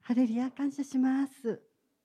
ハレルヤ、感謝します。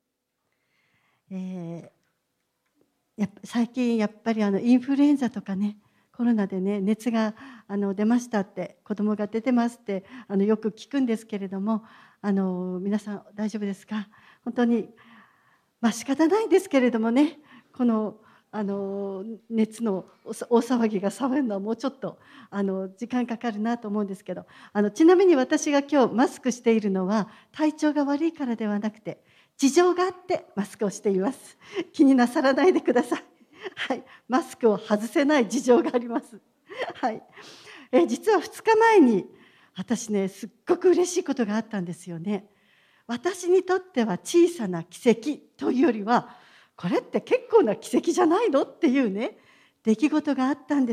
最近やっぱりインフルエンザとかね、コロナでね、熱が出ましたって、子供が出てますってよく聞くんですけれども、皆さん大丈夫ですか？本当に仕方ないんですけれどもね、この熱の大騒ぎが騒ぐのはもうちょっと時間かかるなと思うんですけど、ちなみに私が今日マスクしているのは体調が悪いからではなくて、事情があってマスクをしています。気になさらないでください。はい、マスクを外せない事情があります。はい、実は2日前に私ね、すっごく嬉しいことがあったんですよね。私にとっては小さな奇跡というよりは、これって結構な奇跡じゃないのっていうね、出来事があったんです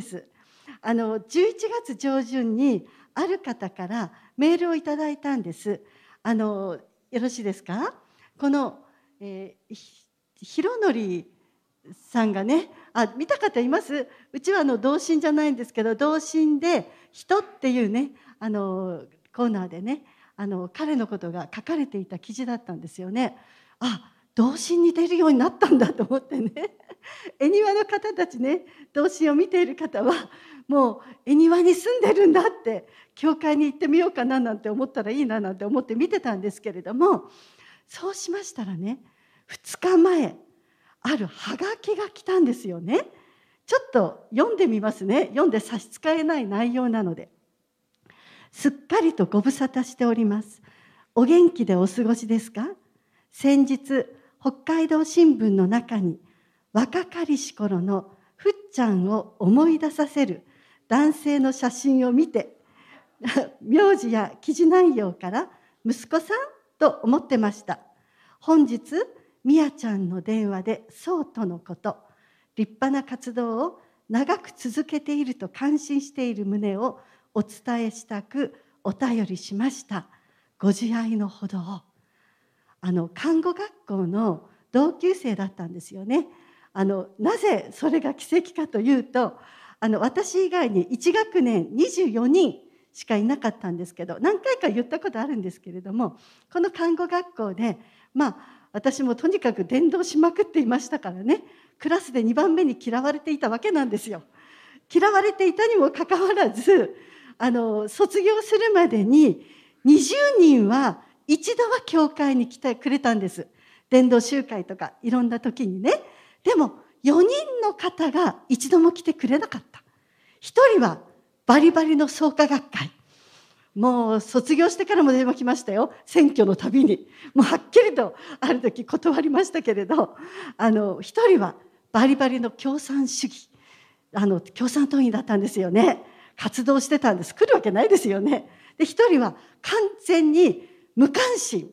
。11月上旬にある方からメールをいただいたんです。よろしいですか？この、広則さんがね、見た方います？うちは同心じゃないんですけど、同心で人っていうね、コーナーでね、彼のことが書かれていた記事だったんですよね。同心に出るようになったんだと思ってね。恵庭の方たちね、同心を見ている方はもう恵庭に住んでるんだって、教会に行ってみようかななんて思ったらいいななんて思って見てたんですけれども、そうしましたらね、2日前あるハガキが来たんですよね。ちょっと読んでみますね。読んで差し支えない内容なので。すっかりとご無沙汰しております。お元気でお過ごしですか？先日北海道新聞の中に若かりし頃のふっちゃんを思い出させる男性の写真を見て、名字や記事内容から息子さんと思ってました。本日みやちゃんの電話でそうとのこと、立派な活動を長く続けていると感心している旨をお伝えしたくお便りしました。ご自愛のほどを。看護学校の同級生だったんですよね。なぜそれが奇跡かというと、私以外に1学年24人しかいなかったんですけど、何回か言ったことあるんですけれども、この看護学校で私もとにかく伝道しまくっていましたからね、クラスで2番目に嫌われていたわけなんですよ。嫌われていたにもかかわらず、卒業するまでに20人は一度は教会に来てくれたんです。伝道集会とかいろんな時にね。でも4人の方が一度も来てくれなかった。1人はバリバリの創価学会。もう卒業してからも電話来ましたよ。選挙のたびに。もうはっきりとある時断りましたけれど、1人はバリバリの共産主義。共産党員だったんですよね。活動してたんです。来るわけないですよね。で、一人は完全に無関心。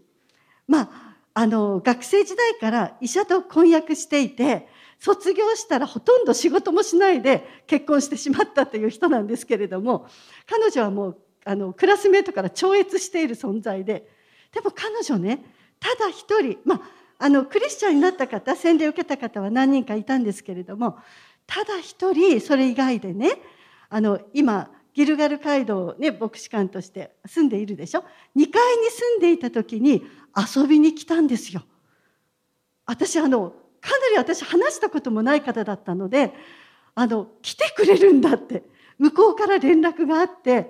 学生時代から医者と婚約していて、卒業したらほとんど仕事もしないで結婚してしまったという人なんですけれども、彼女はもうクラスメートから超越している存在で、でも彼女ね、ただ一人、クリスチャンになった方、洗礼を受けた方は何人かいたんですけれども、ただ一人それ以外でね、今ギルガル街道ね、牧師館として住んでいるでしょ。2階に住んでいた時に遊びに来たんですよ。かなり私話したこともない方だったので、来てくれるんだって向こうから連絡があって、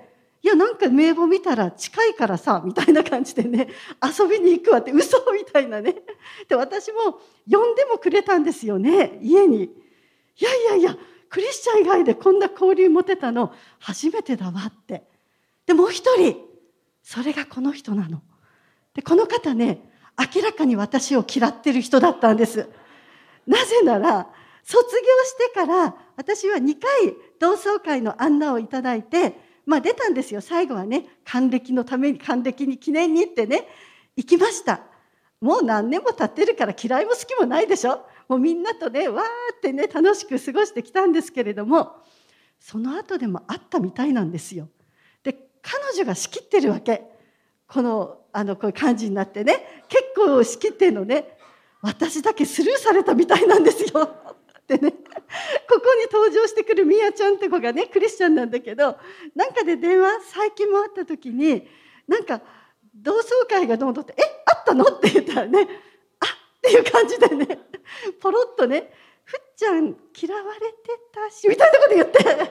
いやなんか名簿見たら近いからさみたいな感じでね、遊びに行くわって、嘘みたいなね。で、私も呼んでもくれたんですよね、家に。いやクリスチャン以外でこんな交流持てたの初めてだわって。でもう一人、それがこの人なの。で、この方ね、明らかに私を嫌ってる人だったんです。なぜなら卒業してから私は2回同窓会の案内をいただいて、出たんですよ。最後はね、還暦のために、還暦に記念にってね、行きました。もう何年も経ってるから嫌いも好きもないでしょ。もうみんなとね、わーってね、楽しく過ごしてきたんですけれども、その後でもあったみたいなんですよ。で、彼女が仕切ってるわけ。こういう感じになってね、結構仕切ってるのね。私だけスルーされたみたいなんですよ。でね、ここに登場してくるみやちゃんって子がね、クリスチャンなんだけど、なんかで電話最近もあった時に、なんか同窓会がどうとって、会っったのって言ったらね、あっていう感じでね、ポロッとね、ふっちゃん嫌われてたしみたいなこと言って、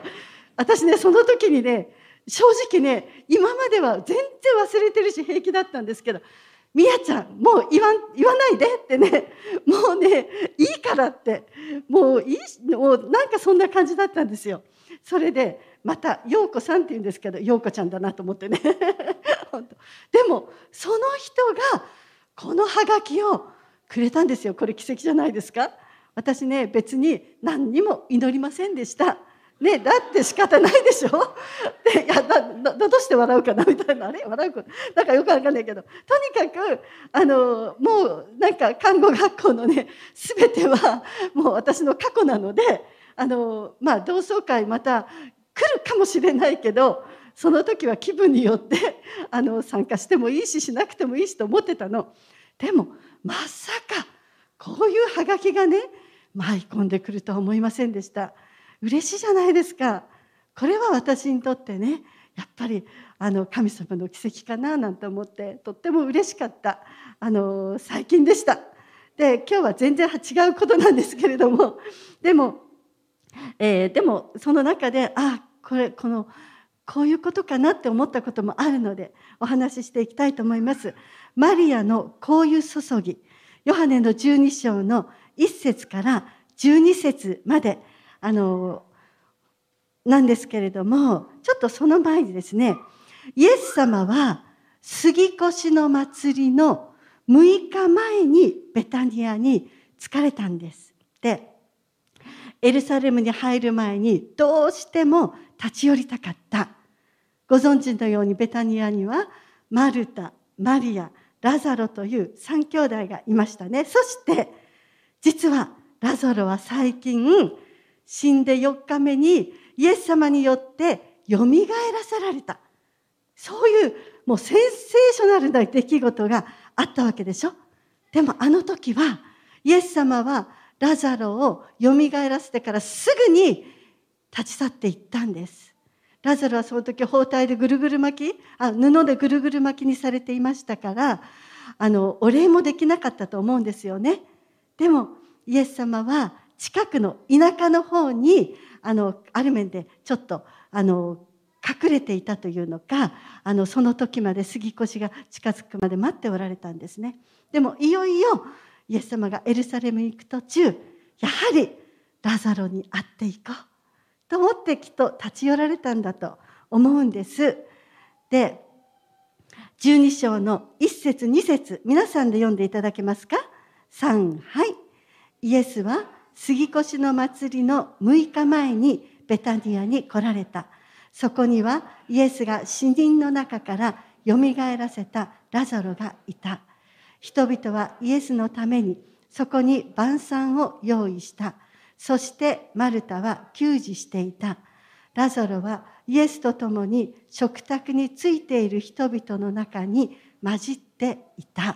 私ね、その時にね、正直ね、今までは全然忘れてるし平気だったんですけど、みやちゃんもう言わないでってね、もうねいいからって、もういい、もうなんかそんな感じだったんですよ。それでまた陽子さんって言うんですけど、陽子ちゃんだなと思ってね本当。でもその人がこのハガキをくれたんですよ。これ奇跡じゃないですか。私ね、別に何にも祈りませんでしたね。だって仕方ないでしょで、いやどうして笑うかなみたいな、あれ笑うことなんかよくわかんないけど、とにかくもうなんか看護学校のね全てはもう私の過去なので、同窓会また来るかもしれないけど、その時は気分によって参加してもいいししなくてもいいしと思ってたの。でもまさかこういうハガキがね舞い込んでくるとは思いませんでした。嬉しいじゃないですか。これは私にとってね、やっぱり神様の奇跡かななんて思って、とっても嬉しかった最近でした。で、今日は全然違うことなんですけれども、でもその中でこういうことかなって思ったこともあるので、お話ししていきたいと思います。マリアのこういう注ぎ、ヨハネの12章の1節から12節までなんですけれども、ちょっとその前にですね、イエス様は杉越の祭りの6日前にベタニアに着かれたんです。で、エルサレムに入る前にどうしても立ち寄りたかった。ご存知のようにベタニアにはマルタ、マリア、ラザロという3兄弟がいましたね。そして実はラザロは最近死んで4日目にイエス様によってよみがえらせられた。そういうもうセンセーショナルな出来事があったわけでしょ。でもあの時はイエス様はラザロをよみがえらせてからすぐに立ち去っていったんです。ラザロはその時包帯でぐるぐる巻き、布でぐるぐる巻きにされていましたから、お礼もできなかったと思うんですよね。でもイエス様は近くの田舎の方にある面でちょっと隠れていたというのか、その時まで杉越が近づくまで待っておられたんですね。でもいよいよイエス様がエルサレムに行く途中、やはりラザロに会っていこうと思ってきっと立ち寄られたんだと思うんです。で、12章の1節2節、皆さんで読んでいただけますか。3、はい。イエスは杉越の祭りの6日前にベタニアに来られた。そこにはイエスが死人の中からよみがえらせたラザロがいた。人々はイエスのためにそこに晩餐を用意した。そしてマルタは給仕していた。ラザロはイエスと共に食卓についている人々の中に混じっていた。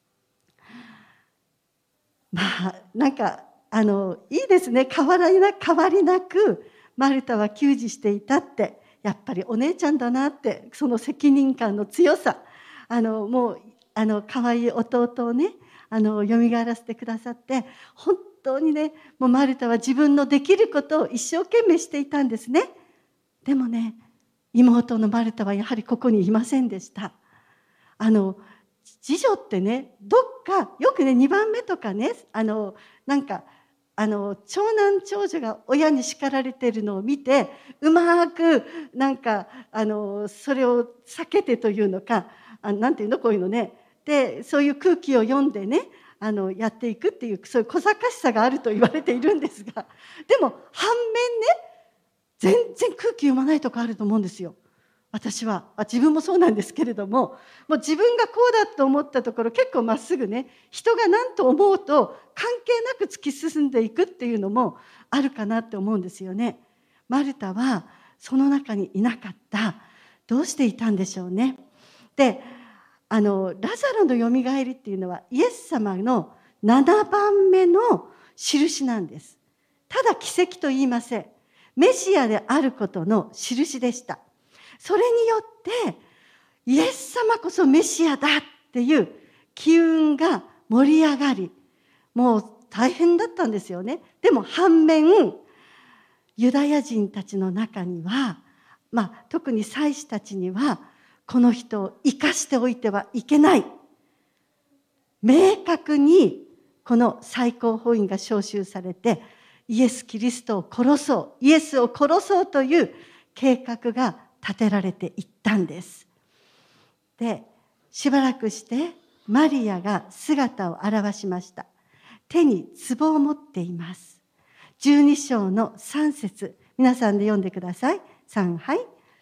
なんかいいですね。変わりなくマルタは給仕していたって、やっぱりお姉ちゃんだなって、その責任感の強さ、もう可愛い弟をねよみがえらせてくださって、本当にね、もうマルタは自分のできることを一生懸命していたんですね。でもね、妹のマルタはやはりここにいませんでした。次女ってね、どっかよくね2番目とかね、なんか長男長女が親に叱られているのを見て、うまくなんかそれを避けてというのか、なんていうのこういうのね、でそういう空気を読んでねやっていくっていう、そういう小賢しさがあると言われているんですが、でも反面ね、全然空気読まないとこあると思うんですよ。私は自分もそうなんですけれども、もう自分がこうだと思ったところ結構まっすぐね、人が何と思うと関係なく突き進んでいくっていうのもあるかなって思うんですよね。マルタはその中にいなかった。どうしていたんでしょうね。で、ラザロのよみがえりっていうのはイエス様の7番目の印なんです。ただ奇跡と言いません。メシアであることの印でした。それによってイエス様こそメシアだっていう機運が盛り上がり、もう大変だったんですよね。でも反面、ユダヤ人たちの中には、特に祭司たちには、この人を生かしておいてはいけない。明確にこの最高法院が召集されて、イエス・キリストを殺そう、イエスを殺そうという計画が立てられていったんです。で、しばらくしてマリアが姿を現しました。手に壺を持っています。12章の3節、皆さんで読んでください。3、はい。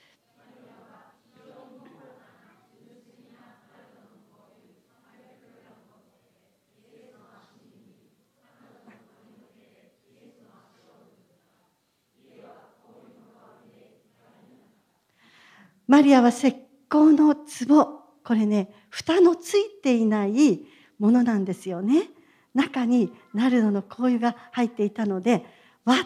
マリアは石膏の壺、これね、蓋のついていないものなんですよね。中にナルドの香油が入っていたので、割って、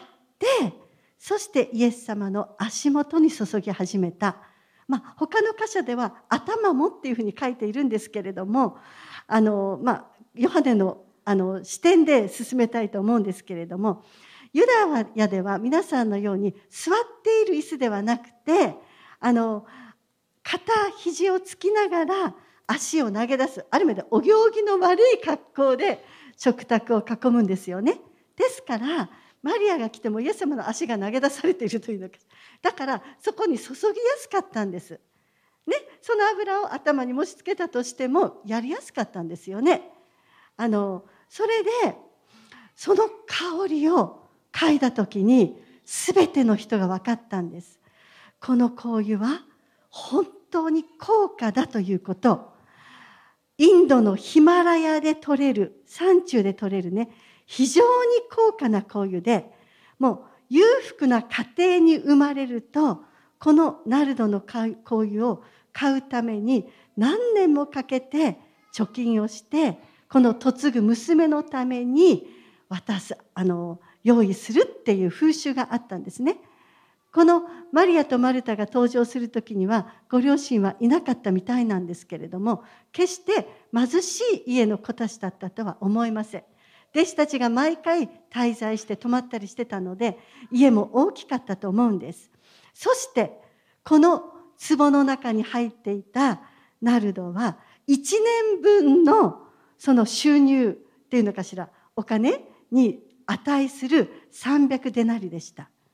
そしてイエス様の足元に注ぎ始めた。他の箇所では頭もっていうふうに書いているんですけれども、ヨハネの視点で進めたいと思うんですけれども、ユダヤでは皆さんのように座っている椅子ではなくて、肩肘をつきながら足を投げ出す、ある意味でお行儀の悪い格好で食卓を囲むんですよね。ですからマリアが来てもイエス様の足が投げ出されているというのか、だからそこに注ぎやすかったんです、ね、その油を頭にもしつけたとしてもやりやすかったんですよね。それでその香りを嗅いだ時に全ての人が分かったんです。この香油は本当に高価だということ。インドのヒマラヤで採れる、山中で採れるね、非常に高価な香油で、もう裕福な家庭に生まれると、このナルドの香油を買うために何年もかけて貯金をして、この嫁ぐ娘のために用意するっていう風習があったんですね。このマリアとマルタが登場するときにはご両親はいなかったみたいなんですけれども、決して貧しい家の子たちだったとは思いません。弟子たちが毎回滞在して泊まったりしてたので、家も大きかったと思うんです。そしてこの壺の中に入っていたナルドは1年分のその収入っていうのかしら、お金に値する300デナリでした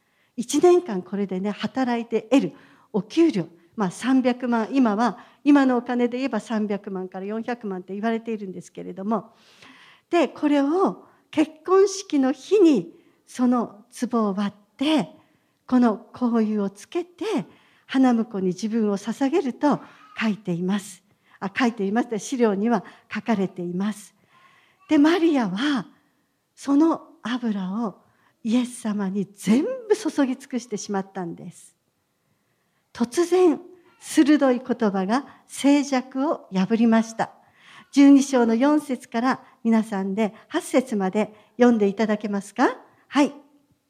。1年間これでね、働いて得るお給料、300万、今のお金で言えば300万から400万って言われているんですけれども、でこれを結婚式の日にその壺を割ってこの香油をつけて花婿に自分を捧げると書いています。資料には書かれています。でマリアはその油をイエス様に全部注ぎ尽くしてしまったんです。突然鋭い言葉が静寂を破りました。12章の4節から皆さんで8節まで読んでいただけますか。はい。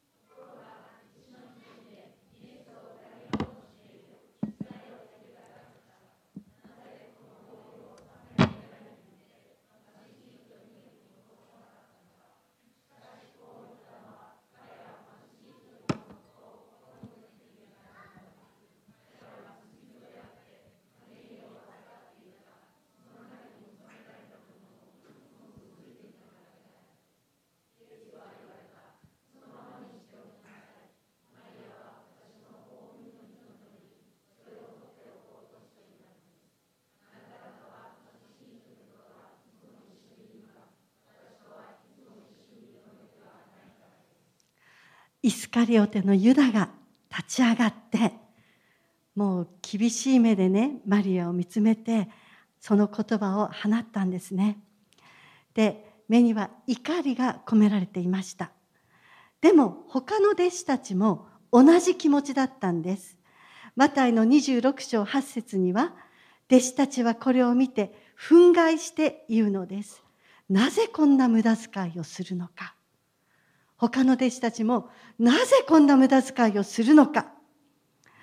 イスカリオテのユダが立ち上がって、もう厳しい目でね、マリアを見つめて、その言葉を放ったんですね。で、目には怒りが込められていました。でも他の弟子たちも同じ気持ちだったんです。マタイの26章8節には、弟子たちはこれを見て憤慨して言うのです。なぜこんな無駄遣いをするのか。他の弟子たちもなぜこんな無駄遣いをするのか。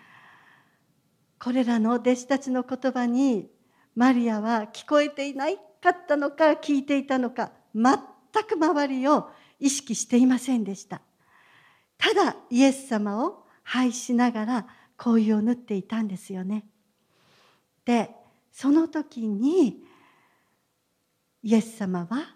これらの弟子たちの言葉にマリアは聞こえていないっかったのか聞いていたのか、全く周りを意識していませんでした。ただイエス様を拝しながら香油を塗っていたんですよね。で、その時にイエス様は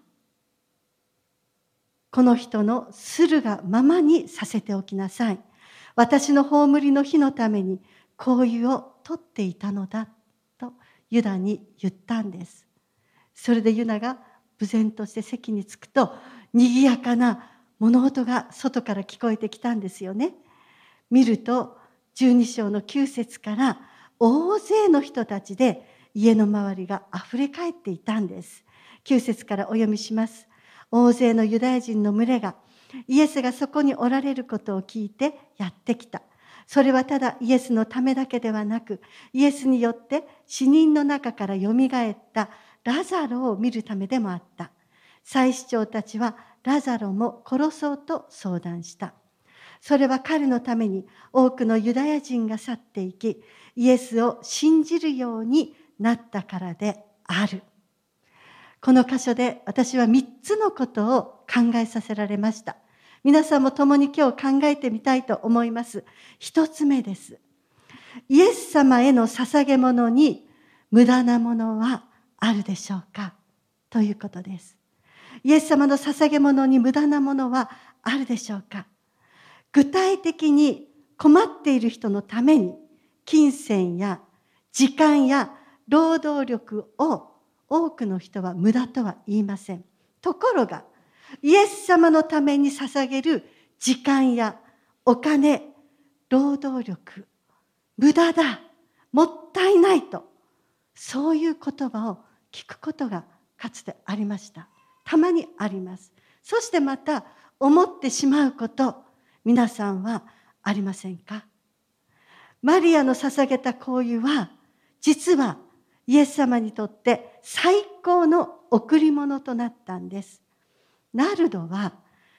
この人のするがままにさせておきなさい。私の葬りの日のために香油を取っていたのだとユダに言ったんです。それでユダが無然として席に着くと、賑やかな物音が外から聞こえてきたんですよね。見ると12章の9節から大勢の人たちで家の周りがあふれかえっていたんです。9節からお読みします。大勢のユダヤ人の群れがイエスがそこにおられることを聞いてやってきた。それはただイエスのためだけではなく、イエスによって死人の中からよみがえったラザロを見るためでもあった。祭司長たちはラザロも殺そうと相談した。それは彼のために多くのユダヤ人が去っていき、イエスを信じるようになったからである。この箇所で私は3つのことを考えさせられました。皆さんも共に今日考えてみたいと思います。1つ目です。イエス様への捧げ物に無駄なものはあるでしょうかということです。イエス様の捧げ物に無駄なものはあるでしょうか。具体的に困っている人のために金銭や時間や労働力を多くの人は無駄とは言いません。ところがイエス様のために捧げる時間やお金、労働力、無駄だ、もったいないと、そういう言葉を聞くことがかつてありました。たまにあります。そしてまた思ってしまうこと、皆さんはありませんか？マリアの捧げた香油は、実はイエス様にとって最高の贈り物となったんです。ナルドは、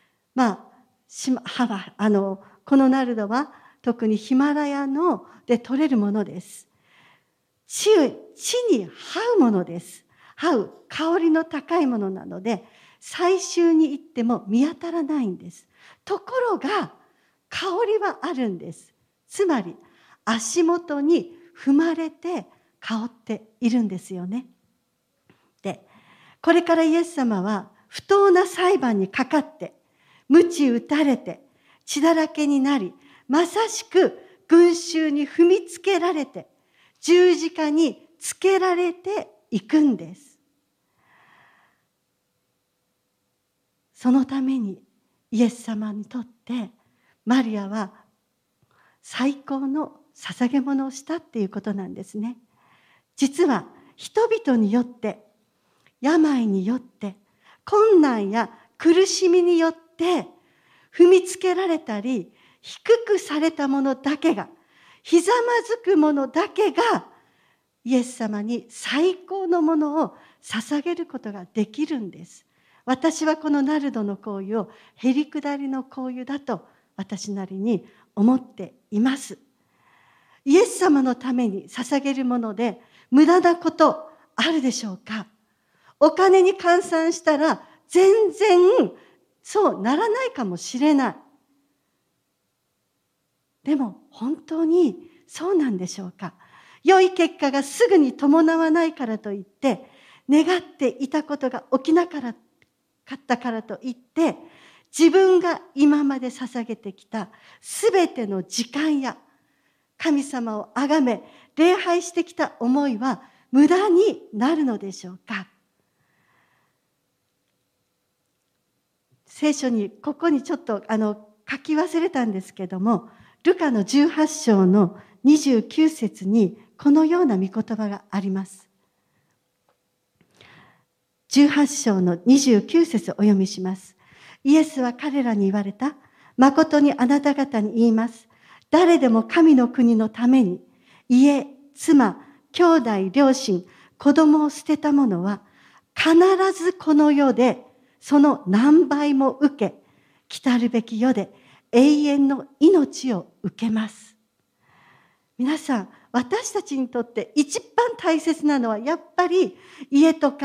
このナルドは特にヒマラヤので取れるものです。地に這うものです。這う香りの高いものなので、採集に行っても見当たらないんです。ところが、香りはあるんです。つまり、足元に踏まれて香っているんですよね。で、これからイエス様は不当な裁判にかかって、鞭打たれて、血だらけになり、まさしく群衆に踏みつけられて、十字架につけられていくんです。そのためにイエス様にとってマリアは最高の捧げ物をしたっていうことなんですね。実は人々によって、病によって、困難や苦しみによって踏みつけられたり低くされたものだけが、ひざまずくものだけがイエス様に最高のものを捧げることができるんです。私はこのナルドの香油をへりくだりの香油だと私なりに思っています。イエス様のために捧げるもので無駄なことあるでしょうか？お金に換算したら全然そうならないかもしれない。でも本当にそうなんでしょうか？良い結果がすぐに伴わないからといって、願っていたことが起きなかったからといって、自分が今まで捧げてきたすべての時間や神様を崇め礼拝してきた思いは無駄になるのでしょうか？聖書にここにちょっと書き忘れたんですけども、ルカの18章の29節にこのような御言葉があります。18章の29節をお読みします。イエスは彼らに言われた。誠にあなた方に言います。誰でも神の国のために、家、妻、兄弟、両親、子供を捨てた者は、必ずこの世でその何倍も受け、来たるべき世で永遠の命を受けます。皆さん、私たちにとって一番大切なのはやっぱり家とか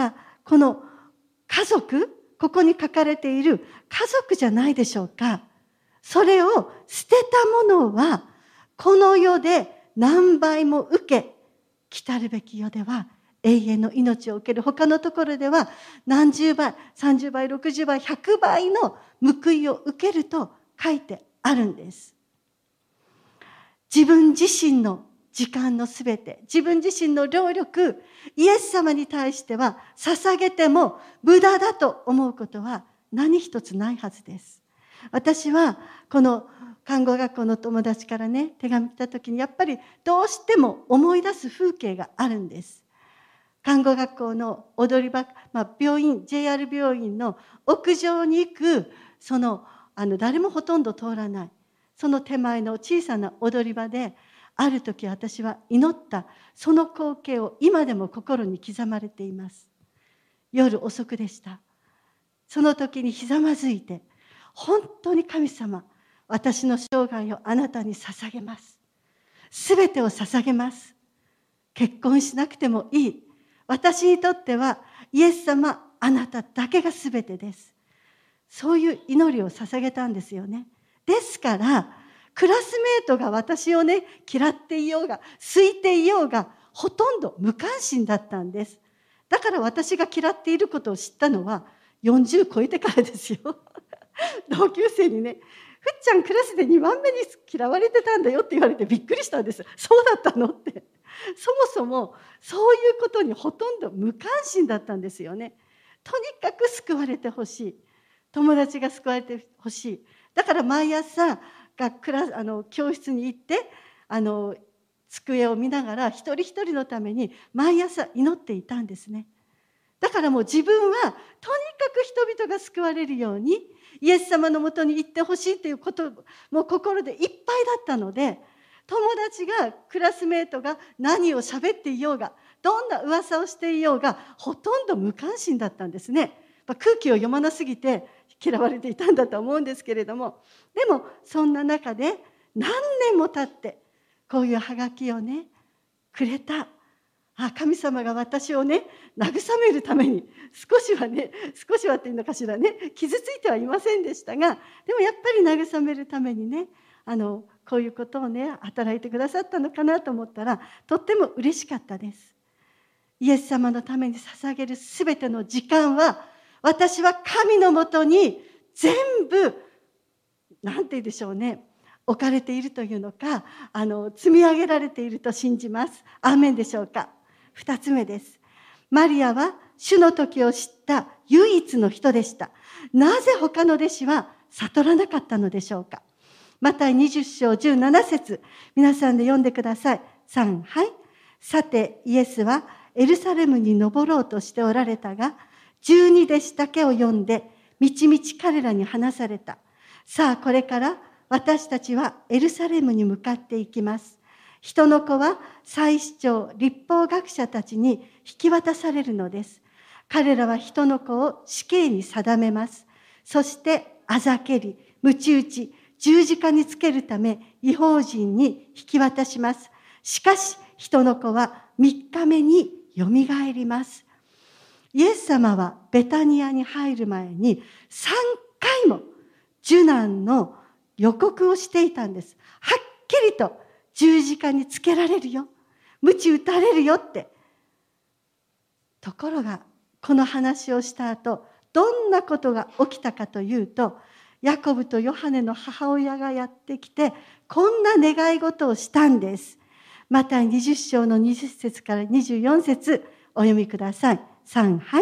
この家族、ここに書かれている家族じゃないでしょうか。それを捨てたものは、この世で何倍も受け、来たるべき世では永遠の命を受ける。他のところでは何十倍、30倍、60倍、100倍の報いを受けると書いてあるんです。自分自身の時間のすべて、自分自身の労力、イエス様に対しては捧げても無駄だと思うことは何一つないはずです。私はこの看護学校の友達からね、手紙来た時にやっぱりどうしても思い出す風景があるんです。看護学校の踊り場、病院、JR 病院の屋上に行く、誰もほとんど通らない、その手前の小さな踊り場で、ある時私は祈ったその光景を今でも心に刻まれています。夜遅くでした。その時にひざまずいて、本当に神様、私の生涯をあなたに捧げます。すべてを捧げます。結婚しなくてもいい。私にとってはイエス様、あなただけがすべてです。そういう祈りを捧げたんですよね。ですから、クラスメートが私をね、嫌っていようが、好いていようが、ほとんど無関心だったんです。だから私が嫌っていることを知ったのは、40超えてからですよ。同級生にね、ふっちゃんクラスで2番目に嫌われてたんだよって言われてびっくりしたんです。そうだったのって。そもそもそういうことにほとんど無関心だったんですよね。とにかく救われてほしい。友達が救われてほしい。だから毎朝教室に行って机を見ながら一人一人のために毎朝祈っていたんですね。だからもう自分はとにかく人々が救われるようにイエス様のもとに行ってほしいということも心でいっぱいだったので、友達がクラスメートが何を喋っていようが、どんな噂をしていようがほとんど無関心だったんですね。空気を読まなすぎて嫌われていたんだと思うんですけれども、でもそんな中で何年も経ってこういうハガキをねくれた。神様が私をね慰めるために少しはっていうのかしらね、傷ついてはいませんでしたが、でもやっぱり慰めるためにねこういうことをね働いてくださったのかなと思ったら、とっても嬉しかったです。イエス様のために捧げるすべての時間は、私は神のもとに全部なんて言うでしょうね、置かれているというのか、積み上げられていると信じます。アーメンでしょうか。2つ目です。マリアは主の時を知った唯一の人でした。なぜ他の弟子は悟らなかったのでしょうか。マタイ20章17節、皆さんで読んでください。3、はい。さてイエスはエルサレムに登ろうとしておられたが、12弟子だけを呼んでみちみち彼らに話された。さあこれから私たちはエルサレムに向かっていきます。人の子は祭司長、律法学者たちに引き渡されるのです。彼らは人の子を死刑に定めます。そしてあざけり、鞭打ち、十字架につけるため異邦人に引き渡します。しかし人の子は3日目によみがえります。イエス様はベタニアに入る前に3回も受難の予告をしていたんです。はっきりと十字架につけられるよ、鞭打たれるよって。ところがこの話をした後、どんなことが起きたかというと、ヤコブとヨハネの母親がやってきてこんな願い事をしたんです。マタイ20章の20節から24節お読みください。3、はい。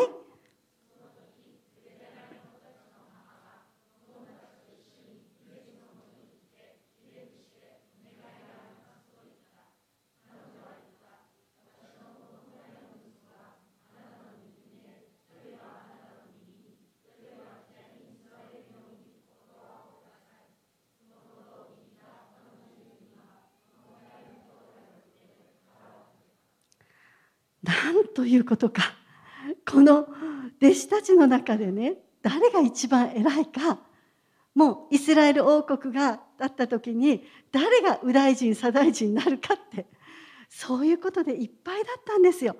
なんということか。この弟子たちの中でね、誰が一番偉いか、もうイスラエル王国があった時に誰が右大臣左大臣になるかって、そういうことでいっぱいだったんですよ。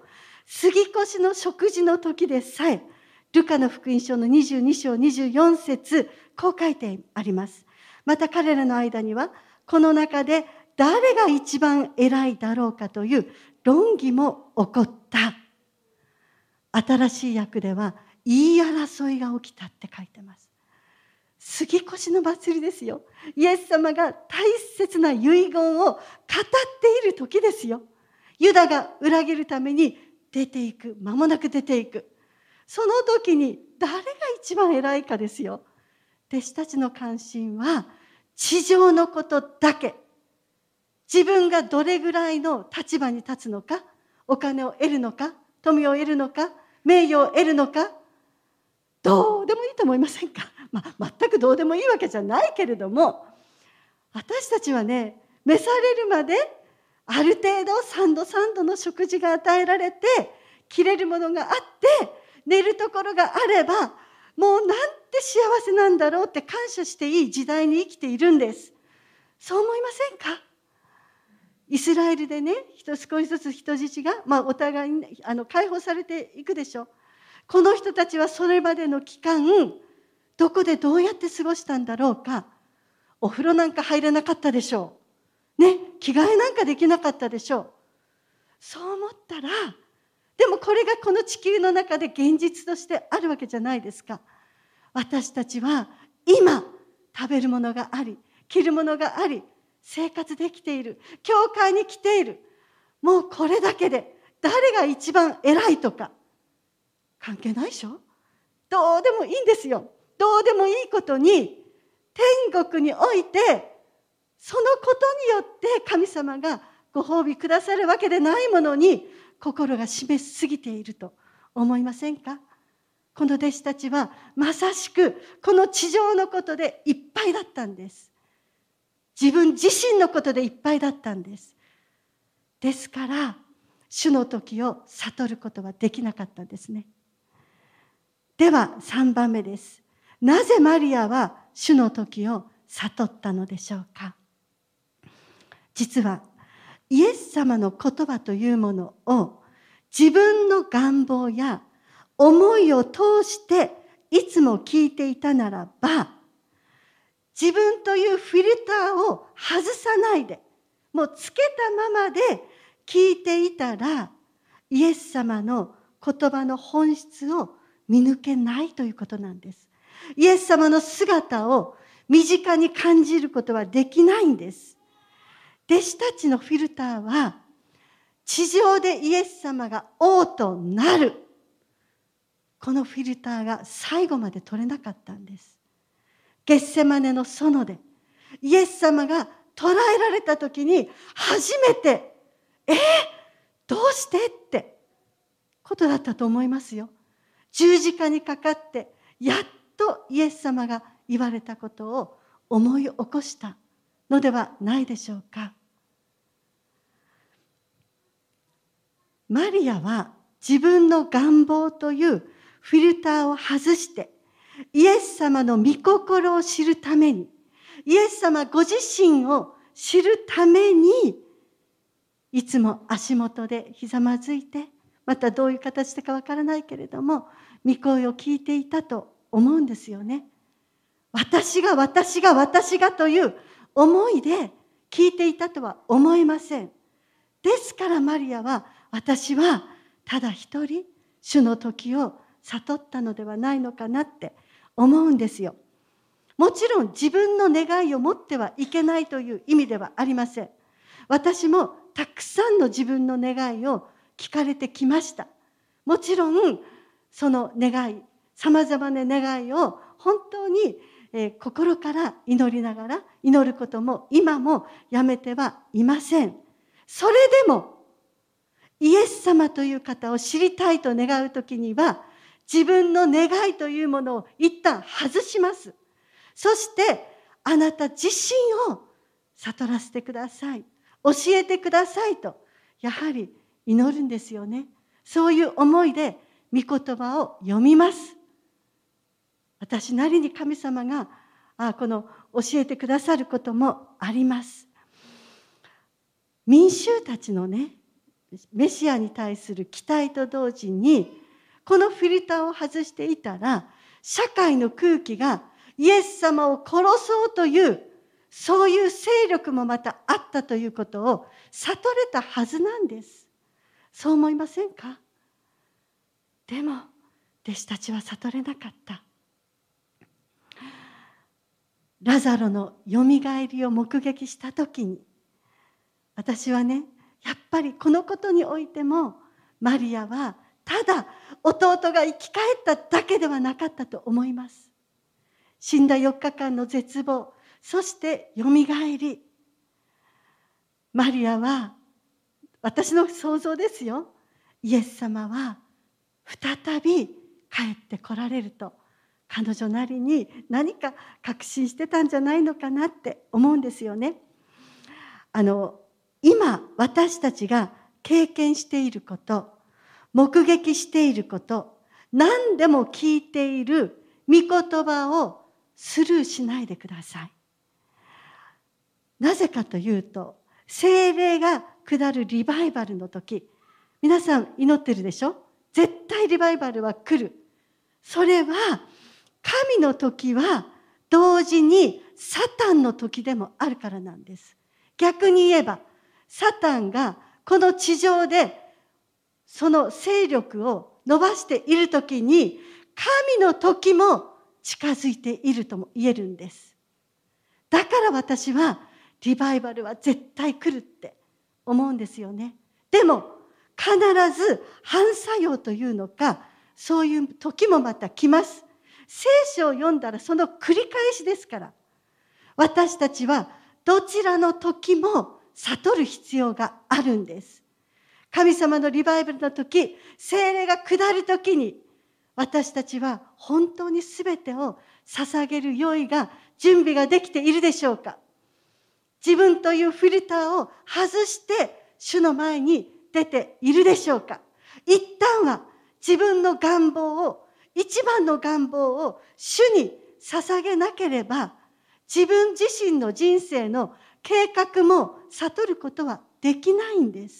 杉越の食事の時でさえ、ルカの福音書の22章24節、こう書いてあります。また彼らの間には、この中で誰が一番偉いだろうかという論議も起こった。新しい訳では言い争いが起きたって書いてます。杉越の祭りですよ。イエス様が大切な遺言を語っている時ですよ。ユダが裏切るために出ていく、間もなく出ていく。その時に誰が一番偉いかですよ。弟子たちの関心は地上のことだけ。自分がどれぐらいの立場に立つのか、お金を得るのか、富を得るのか、名誉を得るのか、どうでもいいと思いませんか。全くどうでもいいわけじゃないけれども、私たちはね、召されるまである程度3度3度の食事が与えられて、着れるものがあって、寝るところがあれば、もうなんて幸せなんだろうって感謝していい時代に生きているんです。そう思いませんか。イスラエルでね、少しずつ人質が、お互いに解放されていくでしょう。この人たちはそれまでの期間、どこでどうやって過ごしたんだろうか。お風呂なんか入れなかったでしょう。ね、着替えなんかできなかったでしょう。そう思ったら、でもこれがこの地球の中で現実としてあるわけじゃないですか。私たちは今、食べるものがあり、着るものがあり、生活できている。教会に来ている。もうこれだけで誰が一番偉いとか関係ないでしょ。どうでもいいんですよ。どうでもいいことに天国においてそのことによって神様がご褒美くださるわけでないものに心が示しすぎていると思いませんか。この弟子たちはまさしくこの地上のことでいっぱいだったんです。自分自身のことでいっぱいだったんです。ですから主の時を悟ることはできなかったんですね。では3番目です。なぜマリアは主の時を悟ったのでしょうか。実はイエス様の言葉というものを自分の願望や思いを通していつも聞いていたならば、自分というフィルターを外さないで、もうつけたままで聞いていたら、イエス様の言葉の本質を見抜けないということなんです。イエス様の姿を身近に感じることはできないんです。弟子たちのフィルターは、地上でイエス様が王となる、このフィルターが最後まで取れなかったんです。ゲッセマネの園でイエス様が捕らえられた時に初めてどうしてってことだったと思いますよ。十字架にかかってやっとイエス様が言われたことを思い起こしたのではないでしょうか。マリアは自分の願望というフィルターを外してイエス様の御心を知るために、イエス様ご自身を知るために、いつも足元でひざまずいて、またどういう形でかわからないけれども、御声を聞いていたと思うんですよね。私がという思いで聞いていたとは思えません。ですからマリアは、私はただ一人、主の時を悟ったのではないのかなって思うんですよ。もちろん自分の願いを持ってはいけないという意味ではありません。私もたくさんの自分の願いを聞かれてきました。もちろんその願い、さまざまな願いを本当に心から祈りながら祈ることも今もやめてはいません。それでもイエス様という方を知りたいと願うときには、自分の願いというものを一旦外します。そしてあなた自身を悟らせてください、教えてくださいとやはり祈るんですよね。そういう思いで御言葉を読みます。私なりに神様がこの教えてくださることもあります。民衆たちのね、 メシアに対する期待と同時に、このフィルターを外していたら、社会の空気がイエス様を殺そうという、そういう勢力もまたあったということを悟れたはずなんです。そう思いませんか？でも、弟子たちは悟れなかった。ラザロのよみがえりを目撃したときに、私はね、やっぱりこのことにおいても、マリアはただ弟が生き返っただけではなかったと思います。死んだ4日間の絶望、そしてよみがえり。マリアは、私の想像ですよ、イエス様は再び帰ってこられると、彼女なりに何か確信してたんじゃないのかなって思うんですよね。今私たちが経験していること、目撃していること、何でも聞いている御言葉をスルーしないでください。なぜかというと、聖霊が下るリバイバルの時、皆さん祈ってるでしょ？絶対リバイバルは来る。それは神の時は同時にサタンの時でもあるからなんです。逆に言えば、サタンがこの地上でその勢力を伸ばしている時に、神の時も近づいているとも言えるんです。だから私はリバイバルは絶対来るって思うんですよね。でも必ず反作用というのか、そういう時もまた来ます。聖書を読んだらその繰り返しですから、私たちはどちらの時も悟る必要があるんです。神様のリバイバルの時、聖霊が下る時に、私たちは本当に全てを捧げる用意が、準備ができているでしょうか？自分というフィルターを外して主の前に出ているでしょうか？一旦は自分の願望を、一番の願望を主に捧げなければ、自分自身の人生の計画も悟ることはできないんです。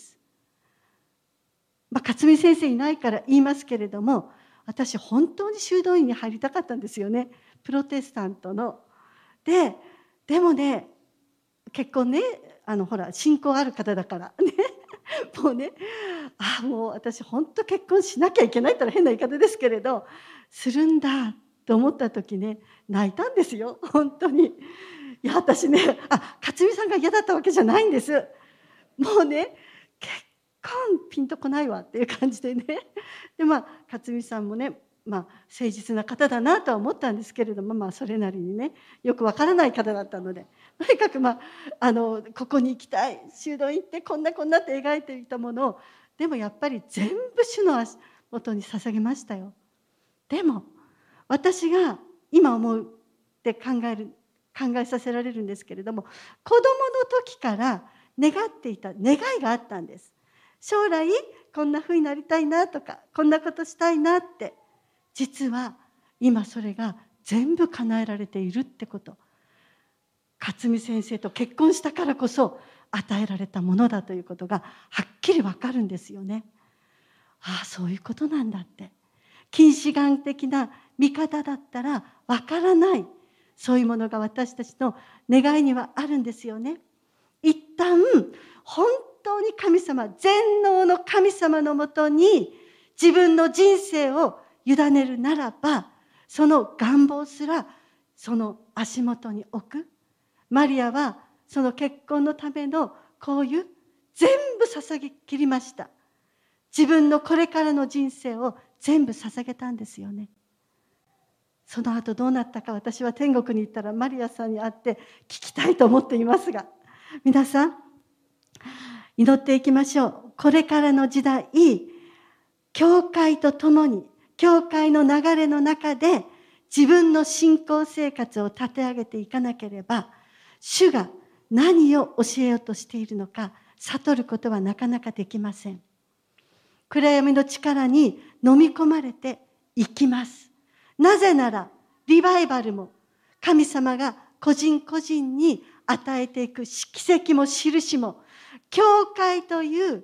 勝見先生いないから言いますけれども、私本当に修道院に入りたかったんですよね。プロテスタントの。でもね、結婚ね、ほら信仰ある方だからね、もうね、もう私本当結婚しなきゃいけないって言ったら変な言い方ですけれど、するんだと思った時ね、泣いたんですよ、本当に。いや私ね、勝美さんが嫌だったわけじゃないんです。もうね、結婚ピンとこないわっていう感じでね。で勝美さんもね、誠実な方だなとは思ったんですけれども、それなりにね、よくわからない方だったので、とにかくここに行きたい、修道院ってこんなって描いていたものを、でもやっぱり全部主の足元に捧げましたよ。でも私が今思うって考えさせられるんですけれども、子供の時から願っていた願いがあったんです。将来こんな風になりたいなとか、こんなことしたいなって、実は今それが全部叶えられているってこと、勝見先生と結婚したからこそ与えられたものだということがはっきり分かるんですよね。そういうことなんだって。近視眼的な見方だったら分からない、そういうものが私たちの願いにはあるんですよね。一旦本当に神様、全能の神様のもとに自分の人生を委ねるならば、その願望すらその足元に置く。マリアはその結婚のためのこういう全部捧げきりました。自分のこれからの人生を全部捧げたんですよね。その後どうなったか、私は天国に行ったらマリアさんに会って聞きたいと思っていますが、皆さん祈っていきましょう。これからの時代、教会と共に、教会の流れの中で自分の信仰生活を立て上げていかなければ、主が何を教えようとしているのか悟ることはなかなかできません。暗闇の力に飲み込まれていきます。なぜならリバイバルも神様が個人個人に与えていく奇跡も印も、教会という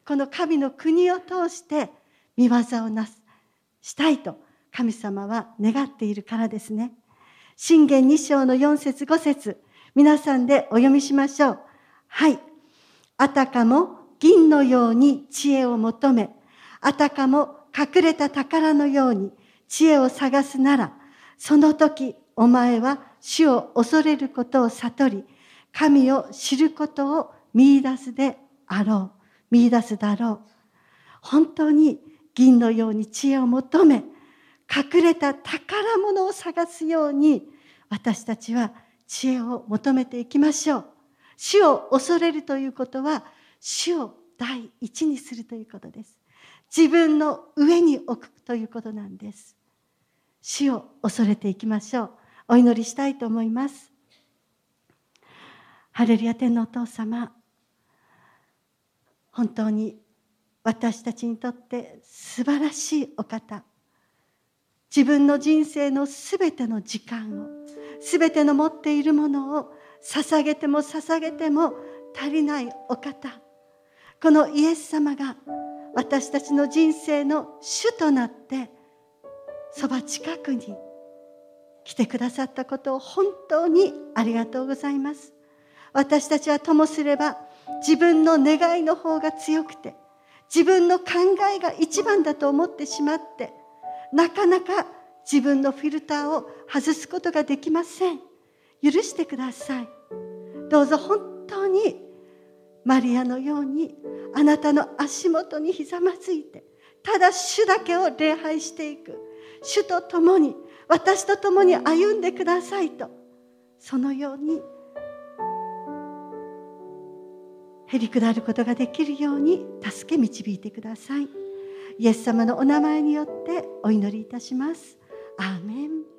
この神の国を通して御業をしたいと神様は願っているからですね。箴言2章の4節5節、皆さんでお読みしましょう。はい。あたかも銀のように知恵を求め、あたかも隠れた宝のように知恵を探すなら、その時お前は主を恐れることを悟り、神を知ることを見出すであろう。見出すだろう。本当に銀のように知恵を求め、隠れた宝物を探すように、私たちは知恵を求めていきましょう。主を恐れるということは、主を第一にするということです。自分の上に置くということなんです。主を恐れていきましょう。お祈りしたいと思います。ハレルヤ、天のお父様、本当に私たちにとって素晴らしいお方、自分の人生のすべての時間を、すべての持っているものを捧げても捧げても足りないお方、このイエス様が私たちの人生の主となってそば近くに来てくださったことを本当にありがとうございます。私たちはともすれば自分の願いの方が強くて、自分の考えが一番だと思ってしまって、なかなか自分のフィルターを外すことができません。許してください。どうぞ本当にマリアのようにあなたの足元にひざまずいて、ただ主だけを礼拝していく、主と共に、私と共に歩んでくださいと、そのようにへり下ることができるように助け導いてください。イエス様のお名前によってお祈りいたします。アーメン。